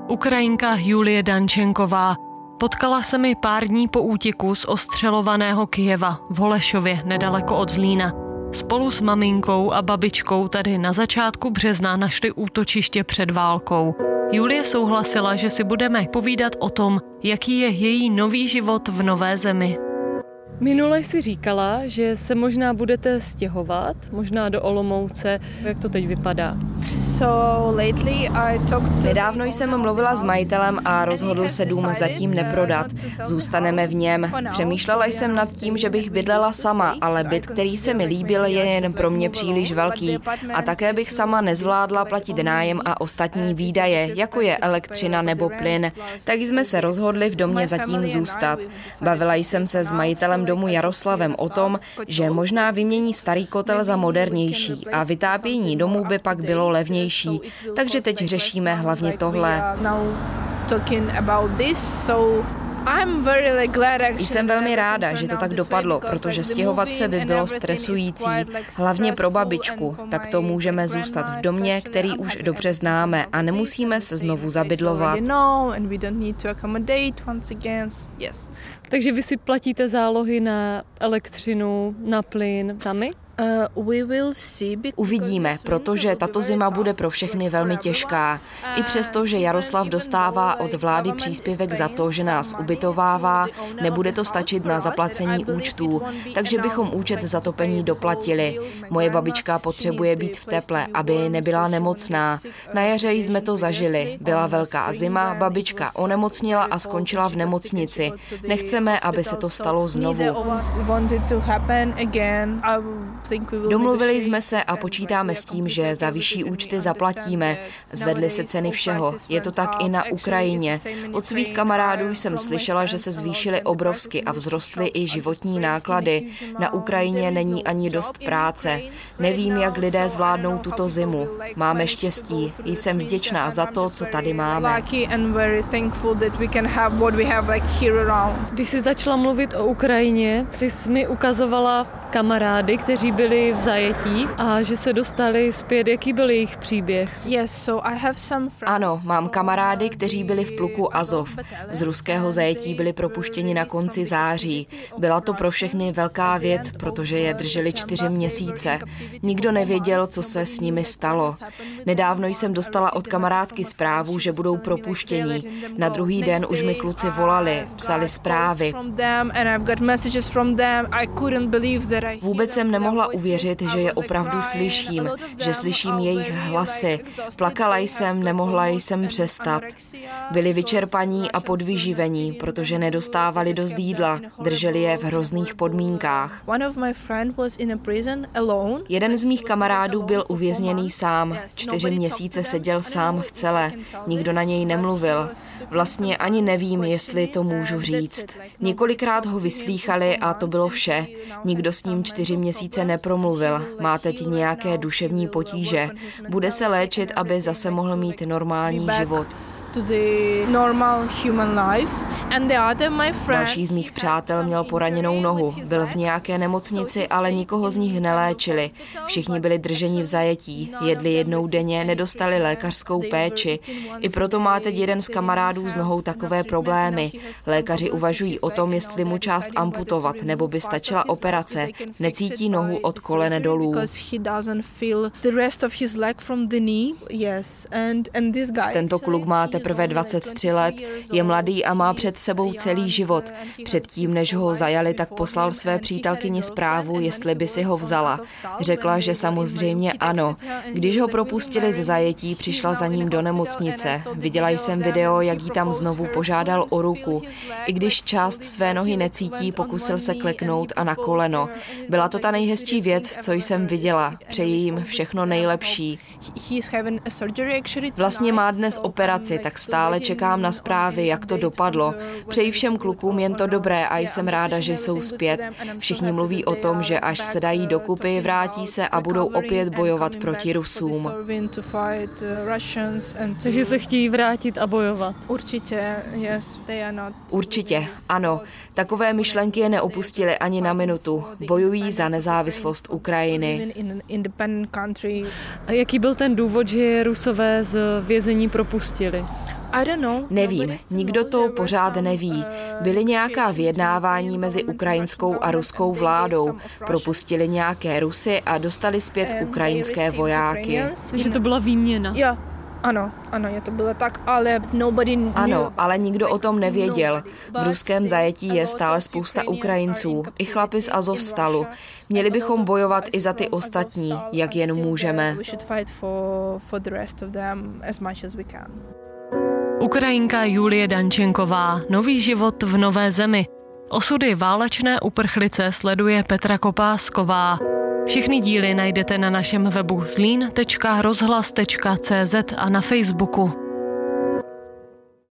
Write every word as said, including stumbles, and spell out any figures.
Ukrajinka Julie Dančenková. Potkala se mi pár dní po útěku z ostřelovaného Kyjeva v Holešově nedaleko od Zlína. Spolu s maminkou a babičkou tady na začátku března našli útočiště před válkou. Julie souhlasila, že si budeme povídat o tom, jaký je její nový život v nové zemi. Minule si říkala, že se možná budete stěhovat, možná do Olomouce. Jak to teď vypadá? Nedávno jsem mluvila s majitelem a rozhodl se dům zatím neprodat. Zůstaneme v něm. Přemýšlela jsem nad tím, že bych bydlela sama, ale byt, který se mi líbil, je jen pro mě příliš velký. A také bych sama nezvládla platit nájem a ostatní výdaje, jako je elektřina nebo plyn. Tak jsme se rozhodli v domě zatím zůstat. Bavila jsem se s majitelem domu Jaroslavem o tom, že možná vymění starý kotel za modernější a vytápění domu by pak bylo levnější. Takže teď řešíme hlavně tohle. Jsem velmi ráda, že to tak dopadlo, protože stěhovat se by bylo stresující, hlavně pro babičku. Tak to můžeme zůstat v domě, který už dobře známe a nemusíme se znovu zabydlovat. Takže vy si platíte zálohy na elektřinu, na plyn sami? Uvidíme, protože tato zima bude pro všechny velmi těžká. I přesto, že Jaroslav dostává od vlády příspěvek za to, že nás ubytovává, nebude to stačit na zaplacení účtů, takže bychom účet za topení doplatili. Moje babička potřebuje být v teple, aby nebyla nemocná. Na jaře jsme to zažili. Byla velká zima, babička onemocnila a skončila v nemocnici. Nechceme, aby se to stalo znovu. Domluvili jsme se a počítáme s tím, že za vyšší účty zaplatíme. Zvedly se ceny všeho. Je to tak i na Ukrajině. Od svých kamarádů jsem slyšela, že se zvýšily obrovsky a vzrostly i životní náklady. Na Ukrajině není ani dost práce. Nevím, jak lidé zvládnou tuto zimu. Máme štěstí. Jsem vděčná za to, co tady máme. Když jsi začala mluvit o Ukrajině, ty jsi mi ukazovala kamarády, kteří byli v zajetí a že se dostali zpět. Jaký byl jejich příběh? Ano, mám kamarády, kteří byli v pluku Azov. Z ruského zajetí byli propuštěni na konci září. Byla to pro všechny velká věc, protože je drželi čtyři měsíce. Nikdo nevěděl, co se s nimi stalo. Nedávno jsem dostala od kamarádky zprávu, že budou propuštěni. Na druhý den už mi kluci volali, psali zprávy. Vůbec jsem nemohla uvěřit, že je opravdu slyším, že slyším jejich hlasy. Plakala jsem, nemohla jsem přestat. Byli vyčerpaní a podvyživení, protože nedostávali dost jídla, drželi je v hrozných podmínkách. Jeden z mých kamarádů byl uvězněný sám. Čtyři měsíce seděl sám v cele. Nikdo na něj nemluvil. Vlastně ani nevím, jestli to můžu říct. Několikrát ho vyslýchali a to bylo vše. Nikdo s ním čtyři měsíce nepromluvil. Má teď nějaké duševní potíže. Bude se léčit, aby zase mohl mít normální život. Další z mých přátel měl poraněnou nohu. Byl v nějaké nemocnici, ale nikoho z nich neléčili. Všichni byli drženi v zajetí. Jedli jednou denně, nedostali lékařskou péči. I proto má teď jeden z kamarádů s nohou takové problémy. Lékaři uvažují o tom, jestli mu část amputovat, nebo by stačila operace. Necítí nohu od kolene dolů. Tento kluk má teprve dvacet tři let, je mladý a má před sebou celý život. Předtím, než ho zajali, tak poslal své přítelkyni zprávu, jestli by si ho vzala. Řekla, že samozřejmě ano. Když ho propustili ze zajetí, přišla za ním do nemocnice. Viděla jsem video, jak jí tam znovu požádal o ruku. I když část své nohy necítí, pokusil se kleknout a na koleno. Byla to ta nejhezčí věc, co jsem viděla. Přeji jim všechno nejlepší. Vlastně má dnes operaci, tak stále čekám na zprávy, jak to dopadlo. Přeji všem klukům jen to dobré a jsem ráda, že jsou zpět. Všichni mluví o tom, že až se dají dokupy, vrátí se a budou opět bojovat proti Rusům. Takže se chtějí vrátit a bojovat. Určitě, yes, they are not... Určitě, ano. Takové myšlenky je neopustily ani na minutu. Bojují za nezávislost Ukrajiny. A jaký byl ten důvod, že je Rusové z vězení propustili? Nevím, nikdo to pořád neví. Byly nějaká vyjednávání mezi ukrajinskou a ruskou vládou. Propustili nějaké Rusy a dostali zpět ukrajinské vojáky. Takže to byla výměna. Ano, ano, je to bylo tak, ale nobody Ano, ale nikdo o tom nevěděl. V ruském zajetí je stále spousta Ukrajinců, i chlapi z Azovstalu. Měli bychom bojovat i za ty ostatní, jak jen můžeme. Ukrajinka Julie Dančenková, nový život v nové zemi. Osudy válečné uprchlice sleduje Petra Kopásková. Všechny díly najdete na našem webu zlín tečka rozhlas tečka cé zet a na Facebooku.